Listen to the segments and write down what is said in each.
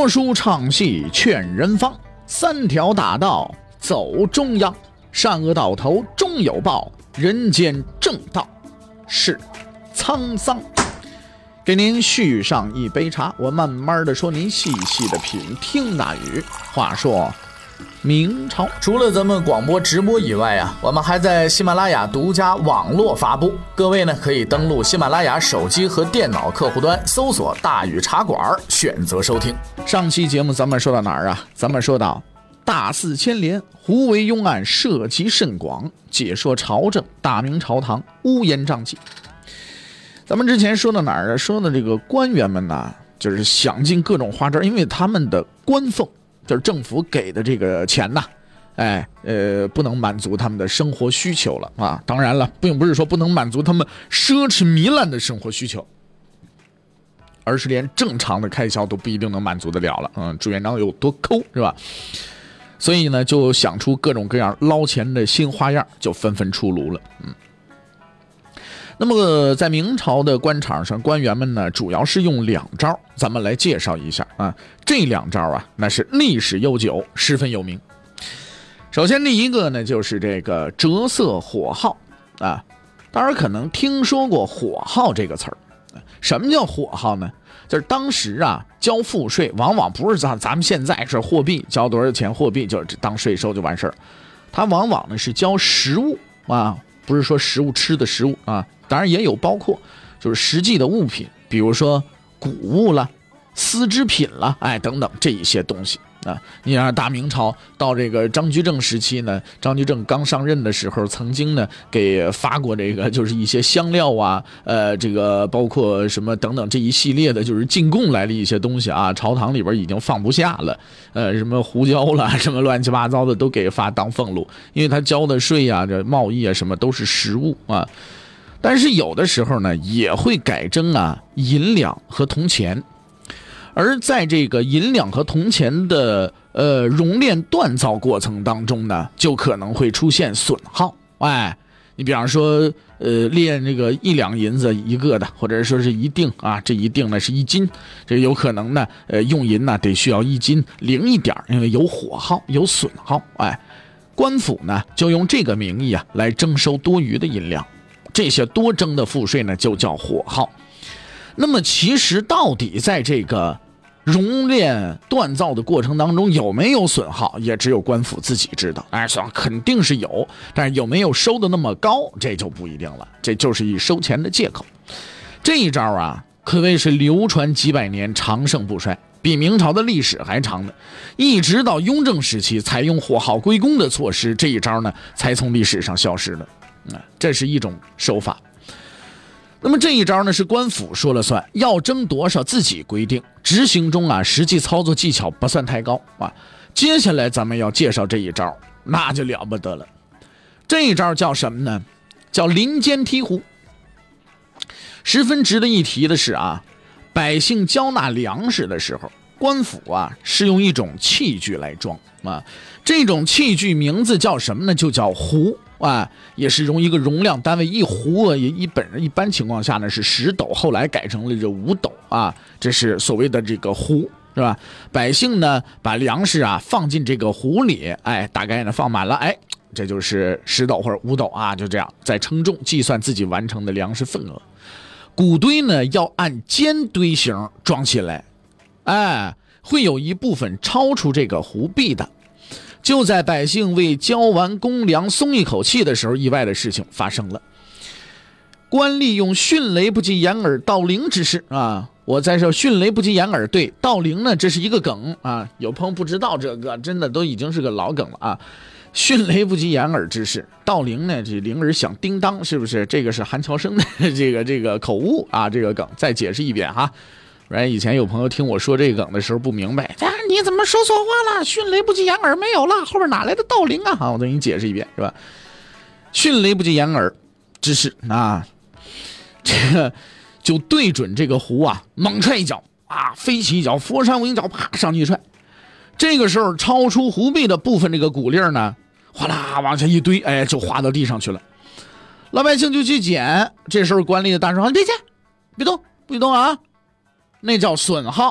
说书唱戏劝人方，三条大道走中央，善恶到头终有报，人间正道是沧桑。给您续上一杯茶，我慢慢的说，您细细的品。听那语，话说明朝除了咱们广播直播以外啊，我们还在喜马拉雅独家网络发布。各位呢可以登录喜马拉雅手机和电脑客户端，搜索大禹茶馆，选择收听。 上期节目咱们说到哪儿啊？咱们说到大肆牵连，胡惟庸案涉及甚广，解说朝政，大明朝堂乌烟瘴气。咱们之前说到哪儿啊？说的这个官员们呢，就是想尽各种花招，因为他们的官俸就是政府给的这个钱呐，不能满足他们的生活需求了啊。当然了，并不是说不能满足他们奢侈糜烂的生活需求，而是连正常的开销都不一定能满足得了了。朱元璋有多抠是吧？所以呢，就想出各种各样捞钱的新花样，就纷纷出炉了。那么在明朝的官场上，官员们呢主要是用两招，咱们来介绍一下啊。这两招啊，那是历史悠久，十分有名。首先第一个呢，就是这个折色火耗啊。当然可能听说过火耗这个词儿。什么叫火耗呢？就是当时啊交赋税，往往不是咱们现在是货币交多少钱，货币就当税收就完事儿。它往往呢是交实物啊，不是说食物吃的食物啊。当然也有包括就是实际的物品，比如说谷物了、丝织品了，等等这一些东西啊。你让大明朝到这个张居正时期呢，张居正刚上任的时候，曾经呢给发过这个就是一些香料啊，这个包括什么等等这一系列的，就是进贡来的一些东西啊，朝堂里边已经放不下了，什么胡椒了，什么乱七八糟的都给发当俸禄，因为他交的税啊、这贸易啊什么都是实物啊。但是有的时候呢，也会改征银两和铜钱，而在这个银两和铜钱的熔炼锻造过程当中呢，就可能会出现损耗。你比方说炼这个1两银子一个的，或者说是一锭啊，这一锭呢是1斤，这有可能呢用银呢得需要1斤零一点，因为有火耗有损耗。官府呢就用这个名义来征收多余的银两。这些多征的赋税呢，就叫火耗。那么其实到底在这个熔炼锻造的过程当中有没有损耗，也只有官府自己知道。损耗肯定是有，但是有没有收的那么高，这就不一定了。这就是以收钱的借口。这一招啊，可谓是流传几百年，长盛不衰，比明朝的历史还长呢。一直到雍正时期，采用火耗归公的措施，这一招呢才从历史上消失了。这是一种手法。那么这一招呢是官府说了算，要征多少自己规定，执行中实际操作技巧不算太高啊。接下来咱们要介绍这一招，那就了不得了。这一招叫什么呢？叫林间提壶。十分值得一提的是百姓交纳粮食的时候，官府是用一种器具来装这种器具名字叫什么呢？就叫壶也是用一个容量单位，一壶一般情况下呢是10斗，后来改成了这5斗这是所谓的这个壶，是吧？百姓呢把粮食放进这个壶里，大概呢放满了，这就是10斗或者5斗就这样再称重计算自己完成的粮食份额。谷堆呢要按尖堆形装起来，会有一部分超出这个壶壁的。就在百姓为交完公粮松一口气的时候，意外的事情发生了。官吏用迅雷不及掩耳盗铃之势我在说迅雷不及掩耳，对，盗铃呢这是一个梗有朋友不知道这个，真的都已经是个老梗了迅雷不及掩耳之势，盗铃呢这铃儿响叮当，是不是？这个是韩乔生的这个口误这个梗再解释一遍不然以前有朋友听我说这个梗的时候不明白，你怎么说错话了？迅雷不及掩耳没有了，后边哪来的盗铃我再给你解释一遍，是吧？迅雷不及掩耳之势这个就对准这个壶猛踹一脚飞起一脚，佛山无影脚啪上去一踹。这个时候超出壶壁的部分这个谷粒呢，哗啦往下一堆，就滑到地上去了。老百姓就去捡，这时候官吏的大声说：“别捡，别动，不许动那叫损耗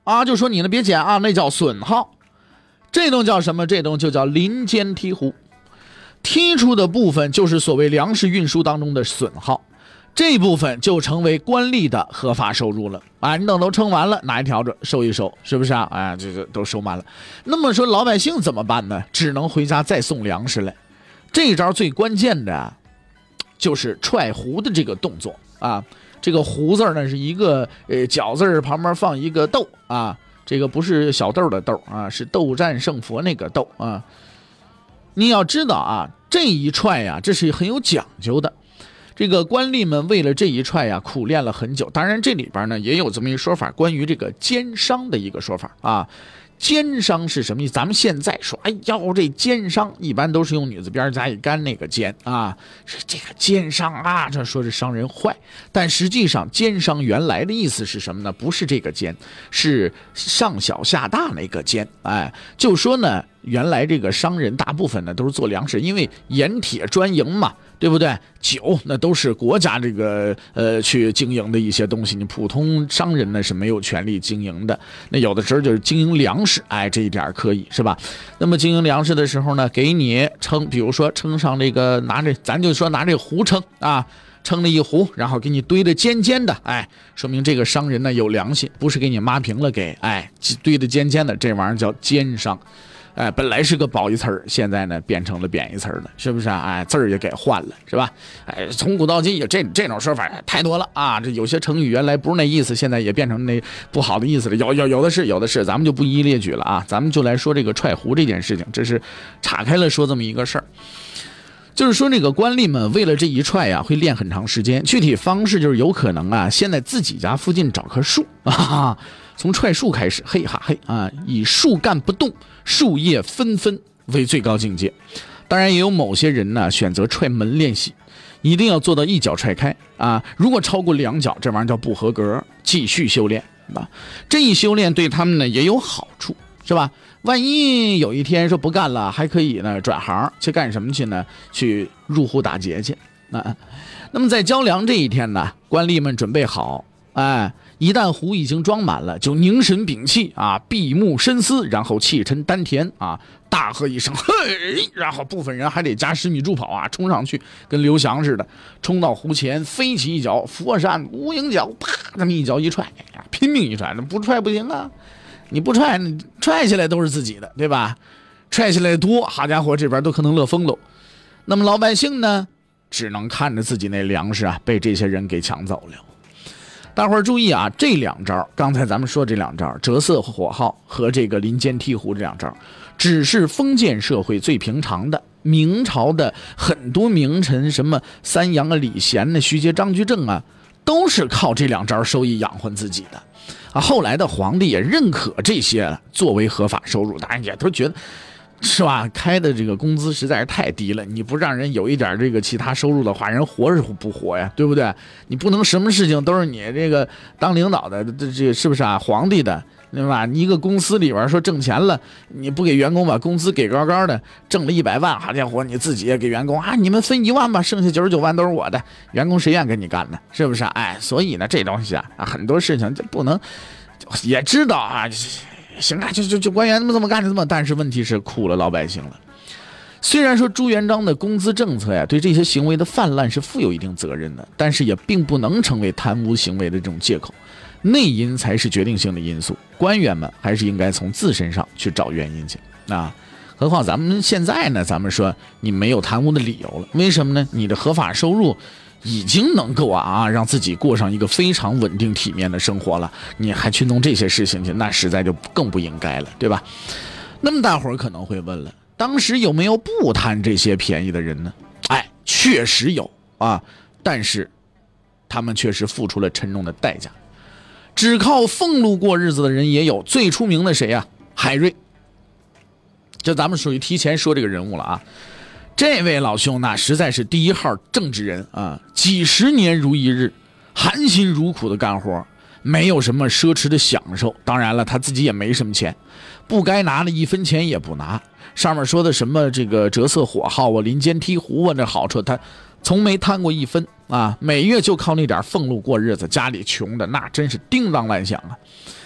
啊，就说你呢别捡啊，那叫损耗。这东叫什么？这东就叫林间剔湖。剔出的部分就是所谓粮食运输当中的损耗，这部分就成为官吏的合法收入了。啊，你等都称完了，拿一条着收一收，是不是啊？哎，这都收满了。那么说老百姓怎么办呢？只能回家再送粮食来。这一招最关键的就是踹壶的这个动作啊。这个壶字呢是一个角字旁边放一个斗啊，这个不是小豆的豆啊，是斗战胜佛那个斗啊。你要知道啊，这一踹呀，这是很有讲究的。这个官吏们为了这一踹呀，苦练了很久。当然，这里边呢也有这么一说法，关于这个奸商的一个说法啊。奸商是什么意思？咱们现在说，哎呦，这奸商一般都是用女字边加一干那个奸啊，是这个奸商啊，这说是商人坏。但实际上，奸商原来的意思是什么呢？不是这个奸，是上小下大那个奸。哎，就说呢，原来这个商人大部分呢都是做粮食，因为盐铁专营嘛，对不对？酒那都是国家这个去经营的一些东西，你普通商人呢是没有权利经营的。那有的时候就是经营粮食，哎，这一点可以是吧？那么经营粮食的时候呢，给你称，比如说称上这个咱就说拿这壶称啊，称了一壶，然后给你堆得尖尖的，哎，说明这个商人呢有良心，不是给你抹平了给，哎，堆得尖尖的，这玩意儿叫奸商。哎，本来是个褒义词儿，现在呢变成了贬义词儿了，是不是啊？哎，字儿也给换了，是吧？哎，从古到今有这种说法太多了啊！这有些成语原来不是那意思，现在也变成那不好的意思了。有的是，咱们就不一一列举了啊。咱们就来说这个踹壶这件事情，这是岔开了说这么一个事儿。就是说，这个官吏们为了这一踹呀，会练很长时间。具体方式就是有可能啊，先在自己家附近找棵树啊，从踹树开始，嘿哈嘿啊，以树干不动，树叶纷纷为最高境界。当然，也有某些人呢选择踹门练习，一定要做到一脚踹开啊。如果超过2脚，这玩意儿叫不合格，继续修炼啊。这一修炼对他们呢也有好处，是吧？万一有一天说不干了，还可以呢转行去干什么去呢？去入户打劫去。那么在交粮这一天呢，官吏们准备好，哎，一旦壶已经装满了，就凝神屏气啊，闭目深思，然后气沉丹田啊，大喝一声嘿，然后部分人还得加10米助跑啊，冲上去跟刘翔似的，冲到壶前，飞起一脚佛山无影脚，啪，这么一脚一踹，哎呀，拼命一踹，那不踹不行啊。你不踹，你踹下来都是自己的，对吧？踹下来多，好家伙，这边都可能乐疯了。那么老百姓呢，只能看着自己那粮食啊被这些人给抢走了。大伙儿注意啊，这2招，刚才咱们说这2招，折色火耗和这个林间剔湖这2招，只是封建社会最平常的。明朝的很多名臣，什么三杨啊、李贤呢、徐阶、张居正啊，都是靠这2招收益养活自己的。啊，后来的皇帝也认可这些作为合法收入，当然也都觉得是吧？开的这个工资实在是太低了，你不让人有一点这个其他收入的话，人活是不活呀？对不对？你不能什么事情都是你这个当领导的，这是不是啊？皇帝的，对吧？你一个公司里边说挣钱了，你不给员工把工资给高高的，挣了100万，好家伙，你自己也给员工啊，你们分1万吧，剩下99万都是我的，员工谁愿跟你干呢？是不是？哎，所以呢，这东西啊，很多事情就不能，也知道啊。行啊，就官员这么干的，但是问题是苦了老百姓了。虽然说朱元璋的工资政策呀，对这些行为的泛滥是负有一定责任的，但是也并不能成为贪污行为的这种借口。内因才是决定性的因素，官员们还是应该从自身上去找原因去啊。何况咱们现在呢，咱们说你没有贪污的理由了，为什么呢？你的合法收入已经能够让自己过上一个非常稳定体面的生活了，你还去弄这些事情去，那实在就更不应该了，对吧？那么大伙儿可能会问了，当时有没有不贪这些便宜的人呢？哎，确实有啊，但是他们确实付出了沉重的代价。只靠俸禄过日子的人也有，最出名的谁啊？海瑞。这咱们属于提前说这个人物了啊。这位老兄那实在是第一号正直人啊，几十年如一日，含辛茹苦的干活，没有什么奢侈的享受。当然了，他自己也没什么钱，不该拿的1分钱也不拿。上面说的什么这个折色火耗啊、林间剔湖啊，这好处他从没贪过1分啊，每月就靠那点俸禄过日子，家里穷的那真是叮当乱响啊。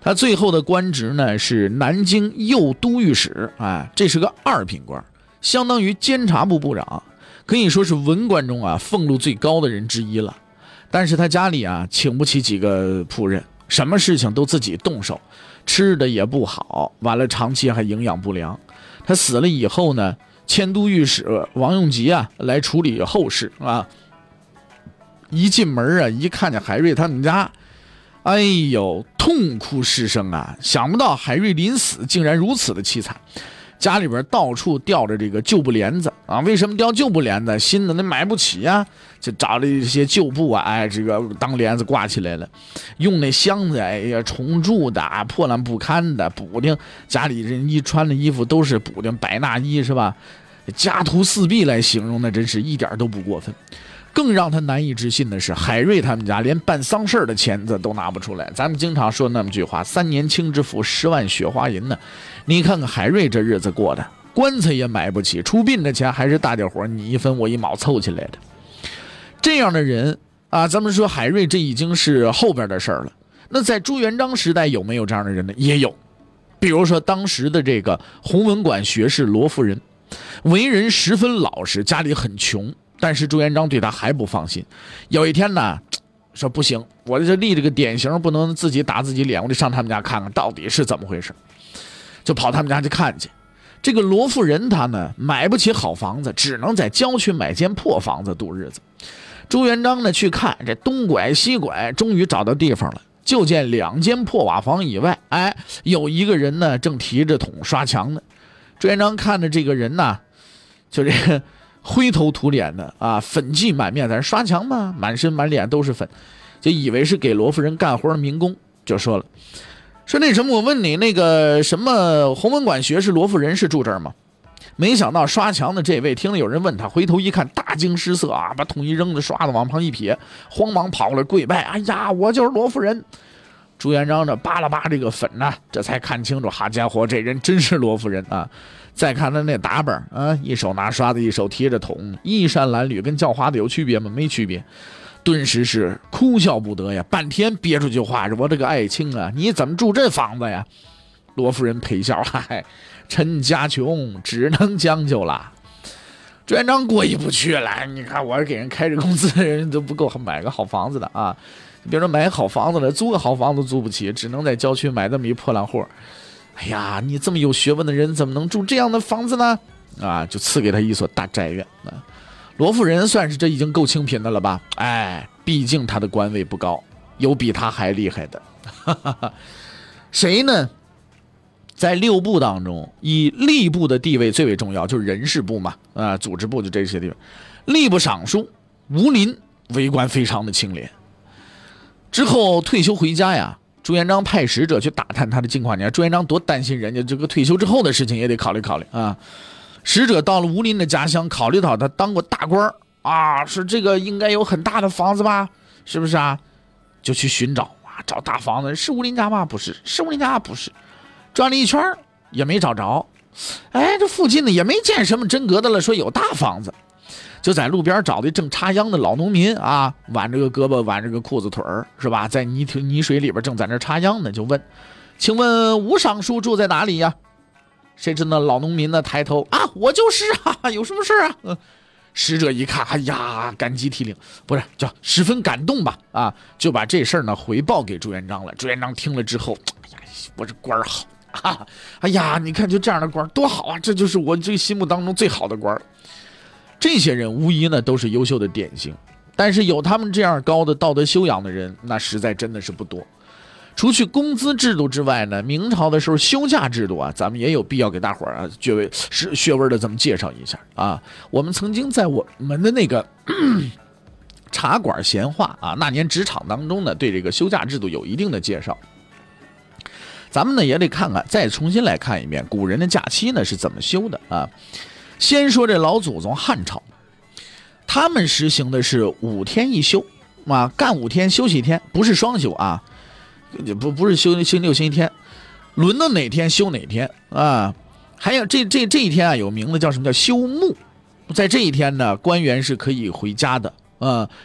他最后的官职呢是南京右都御史，这是个2品官，相当于监察部部长，可以说是文官中俸禄最高的人之一了。但是他家里请不起几个仆人，什么事情都自己动手，吃的也不好，完了长期还营养不良。他死了以后呢，迁都御史王永吉来处理后事一进门一看见海瑞他们家，哎呦，痛哭失声想不到海瑞临死竟然如此的凄惨，家里边到处吊着这个旧布帘子为什么吊旧布帘子？新的那买不起就找了一些旧布这个当帘子挂起来了，用那箱子重铸的破烂不堪的补丁，家里人一穿的衣服都是补丁百纳衣是吧？家徒四壁来形容那真是一点都不过分。更让他难以置信的是，海瑞他们家连办丧事的钱子都拿不出来。咱们经常说那么句话，3年清知府10万雪花银呢。你看看海瑞这日子过的，棺材也买不起，出殡的钱还是大家伙你一分我一毛凑起来的。这样的人咱们说海瑞这已经是后边的事儿了。那在朱元璋时代有没有这样的人呢？也有。比如说当时的这个弘文馆学士罗夫人，为人十分老实，家里很穷，但是朱元璋对他还不放心。有一天呢，说不行，我这立这个典型不能自己打自己脸，我得上他们家看看到底是怎么回事。就跑他们家去看去。这个罗夫人她呢买不起好房子，只能在郊区买间破房子度日子。朱元璋呢去看，这东拐西拐，终于找到地方了。就见2间破瓦房以外，有一个人呢正提着桶刷墙呢。朱元璋看着这个人呢，就这个灰头土脸的粉迹满面，咱刷墙嘛，满身满脸都是粉，就以为是给罗夫人干活的民工，就说了，说那什么，我问你，那个什么弘文馆学士罗夫人是住这儿吗？没想到刷墙的这位听了有人问他，回头一看，大惊失色把桶一扔，刷子往旁一撇，慌忙跑了跪拜，哎呀，我就是罗夫人。朱元璋这扒了扒这个粉这才看清楚，好家伙，这人真是罗夫人再看他那打扮一手拿刷子，一手提着桶，衣衫褴褛，跟叫花子有区别吗？没区别。顿时是哭笑不得呀，半天憋出句话，我这个爱卿你怎么住这房子呀？罗夫人陪笑，嗨，臣家穷，只能将就了。朱元璋过意不去了，你看我给人开着工资的人都不够买个好房子的别说买好房子了，租个好房子租不起，只能在郊区买这么一破烂货。哎呀，你这么有学问的人怎么能住这样的房子呢？就赐给他一所大宅院罗夫人算是这已经够清贫的了吧？毕竟他的官位不高，有比他还厉害的。谁呢？在6部当中，以吏部的地位最为重要，就是人事部嘛，组织部就这些地方。吏部尚书吴林为官非常的清廉。之后退休回家呀，朱元璋派使者去打探他的近况。你看朱元璋多担心人家这个退休之后的事情，也得考虑考虑使者到了吴林的家乡，考虑到他当过大官说这个应该有很大的房子吧，是不是就去寻找找大房子。是吴林家吗？不是。是吴林家？不是。转了一圈也没找着。这附近呢也没见什么真格的了，说有大房子。就在路边找的正插秧的老农民挽着个胳膊挽着个裤子腿是吧，在泥水里边正在那插秧呢，就问，请问吴尚书住在哪里呀？谁知道老农民呢抬头我就是有什么事使者一看，哎呀，感激涕零，不是叫十分感动吧就把这事儿呢回报给朱元璋了。朱元璋听了之后，哎呀，我这官好哎呀，你看就这样的官多好这就是我这心目当中最好的官。这些人无疑呢都是优秀的典型，但是有他们这样高的道德修养的人，那实在真的是不多。除去工资制度之外呢，明朝的时候休假制度咱们也有必要给大伙儿学问的这么介绍一下我们曾经在我们的那个茶馆闲话那年职场当中呢，对这个休假制度有一定的介绍。咱们呢也得看看，再重新来看一遍古人的假期呢是怎么休的先说这老祖宗汉朝，他们实行的是5天一休干5天休息1天，不是双休不是休星期六星期天，轮到哪天休哪天还有这一天有名字叫什么？叫休沐。在这一天呢，官员是可以回家的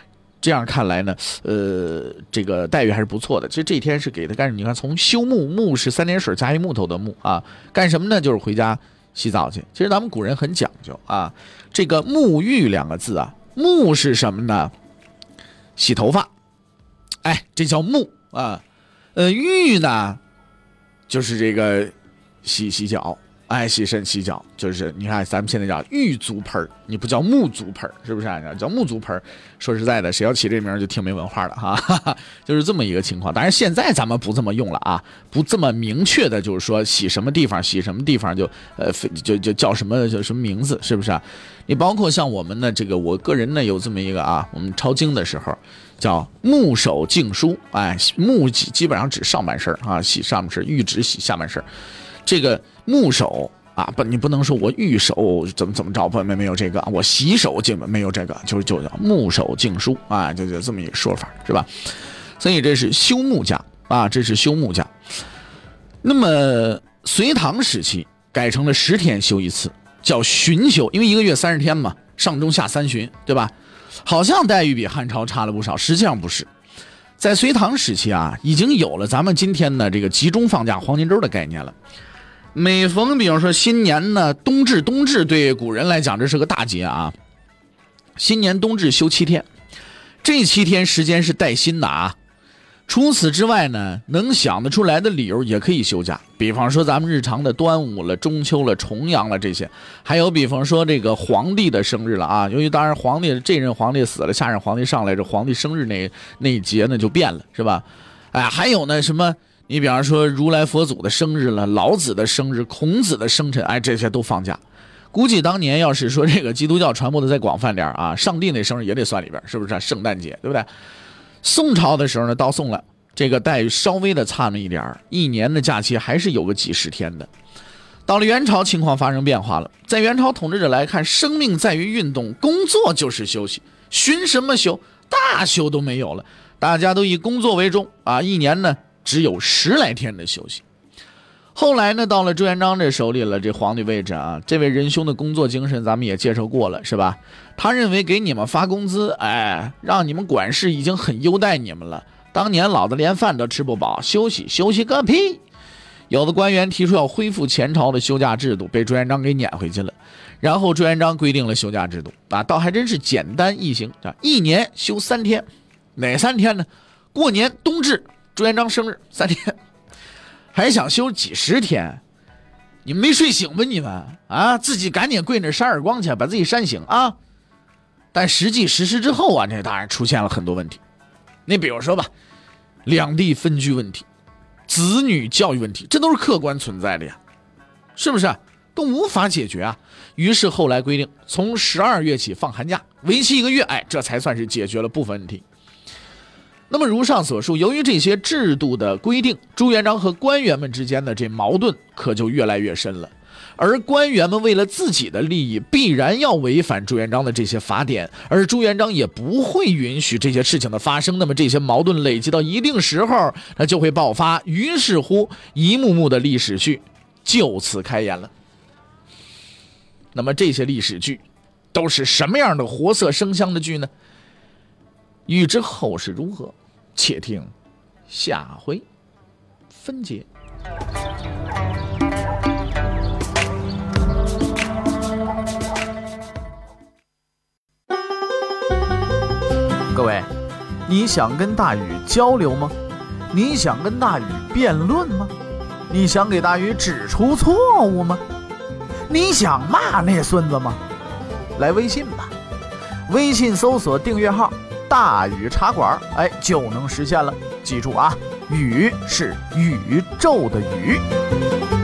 这样看来呢，这个待遇还是不错的。其实这一天是给他干什么？你看，从休沐，沐是三点水加一木头的木啊，干什么呢？就是回家洗澡去。其实咱们古人很讲究啊，这个沐浴两个字啊，沐是什么呢？洗头发，哎，这叫沐啊。浴呢，就是这个洗脚。哎，洗身洗脚，就是你看咱们现在叫浴足盆，你不叫沐足盆，是不是啊？叫沐足盆，说实在的，谁要起这名就挺没文化了哈，就是这么一个情况。当然现在咱们不这么用了啊，不这么明确的，就是说洗什么地方就叫什么名字，是不是啊？你包括像我们呢，这个我个人呢有这么一个啊，我们抄经的时候叫沐手净梳，哎，沐基本上指上半身啊，洗上半身，浴只洗下半身。这个沐手啊，你不能说我浴手怎么着，没有这个，我洗手就没有这个，就叫沐手净梳啊，就这么一个说法，是吧？所以这是休沐假啊，这是休沐假。那么隋唐时期改成了10天休一次，叫旬休，因为一个月30天嘛，上中下3旬，对吧？好像待遇比汉朝差了不少，实际上不是。在隋唐时期啊，已经有了咱们今天的这个集中放假黄金周的概念了。每逢比如说新年呢，冬至对古人来讲这是个大节啊。新年冬至休7天，这7天时间是带薪的啊。除此之外呢，能想得出来的理由也可以休假，比方说咱们日常的端午了、中秋了、重阳了这些，还有比方说这个皇帝的生日了啊。由于当然皇帝这任皇帝死了，下任皇帝上来，这皇帝生日那一节呢就变了，是吧？哎，还有呢什么？你比方说如来佛祖的生日了，老子的生日，孔子的生辰，哎，这些都放假。估计当年要是说这个基督教传播的再广泛点啊，上帝那生日也得算里边，是不是啊？圣诞节，对不对？宋朝的时候呢，到宋了，这个待遇稍微的差那么一点，一年的假期还是有个几十天的。到了元朝，情况发生变化了。在元朝统治者来看，生命在于运动，工作就是休息，寻什么休？大休都没有了，大家都以工作为重啊，一年呢只有10来天的休息。后来呢，到了朱元璋这手里了，这皇帝位置啊，这位仁兄的工作精神咱们也介绍过了，是吧？他认为给你们发工资，哎，让你们管事已经很优待你们了。当年老子连饭都吃不饱，休息个屁！有的官员提出要恢复前朝的休假制度，被朱元璋给撵回去了。然后朱元璋规定了休假制度啊，倒还真是简单易行啊，一年休3天，哪3天呢？过年、冬至、朱元璋生日3天，还想休几十天？你们没睡醒吧？你们啊，自己赶紧跪那扇耳光去，把自己扇醒啊！但实际实施之后啊，这当然出现了很多问题。你比如说吧，两地分居问题、子女教育问题，这都是客观存在的呀，是不是？都无法解决啊。于是后来规定，从12月起放寒假，为期1个月，哎，这才算是解决了部分问题。那么如上所述，由于这些制度的规定，朱元璋和官员们之间的这矛盾可就越来越深了。而官员们为了自己的利益，必然要违反朱元璋的这些法典，而朱元璋也不会允许这些事情的发生。那么这些矛盾累积到一定时候，它就会爆发。于是乎，一幕幕的历史剧就此开演了。那么这些历史剧都是什么样的活色生香的剧呢？欲知后事如何，且听下回分解。 各位，你想跟大禹交流吗？你想跟大禹辩论吗？你想给大禹指出错误吗？你想骂那孙子吗？来微信吧，微信搜索订阅号大禹茶馆，哎，就能实现了。记住啊，禹是宇宙的宇。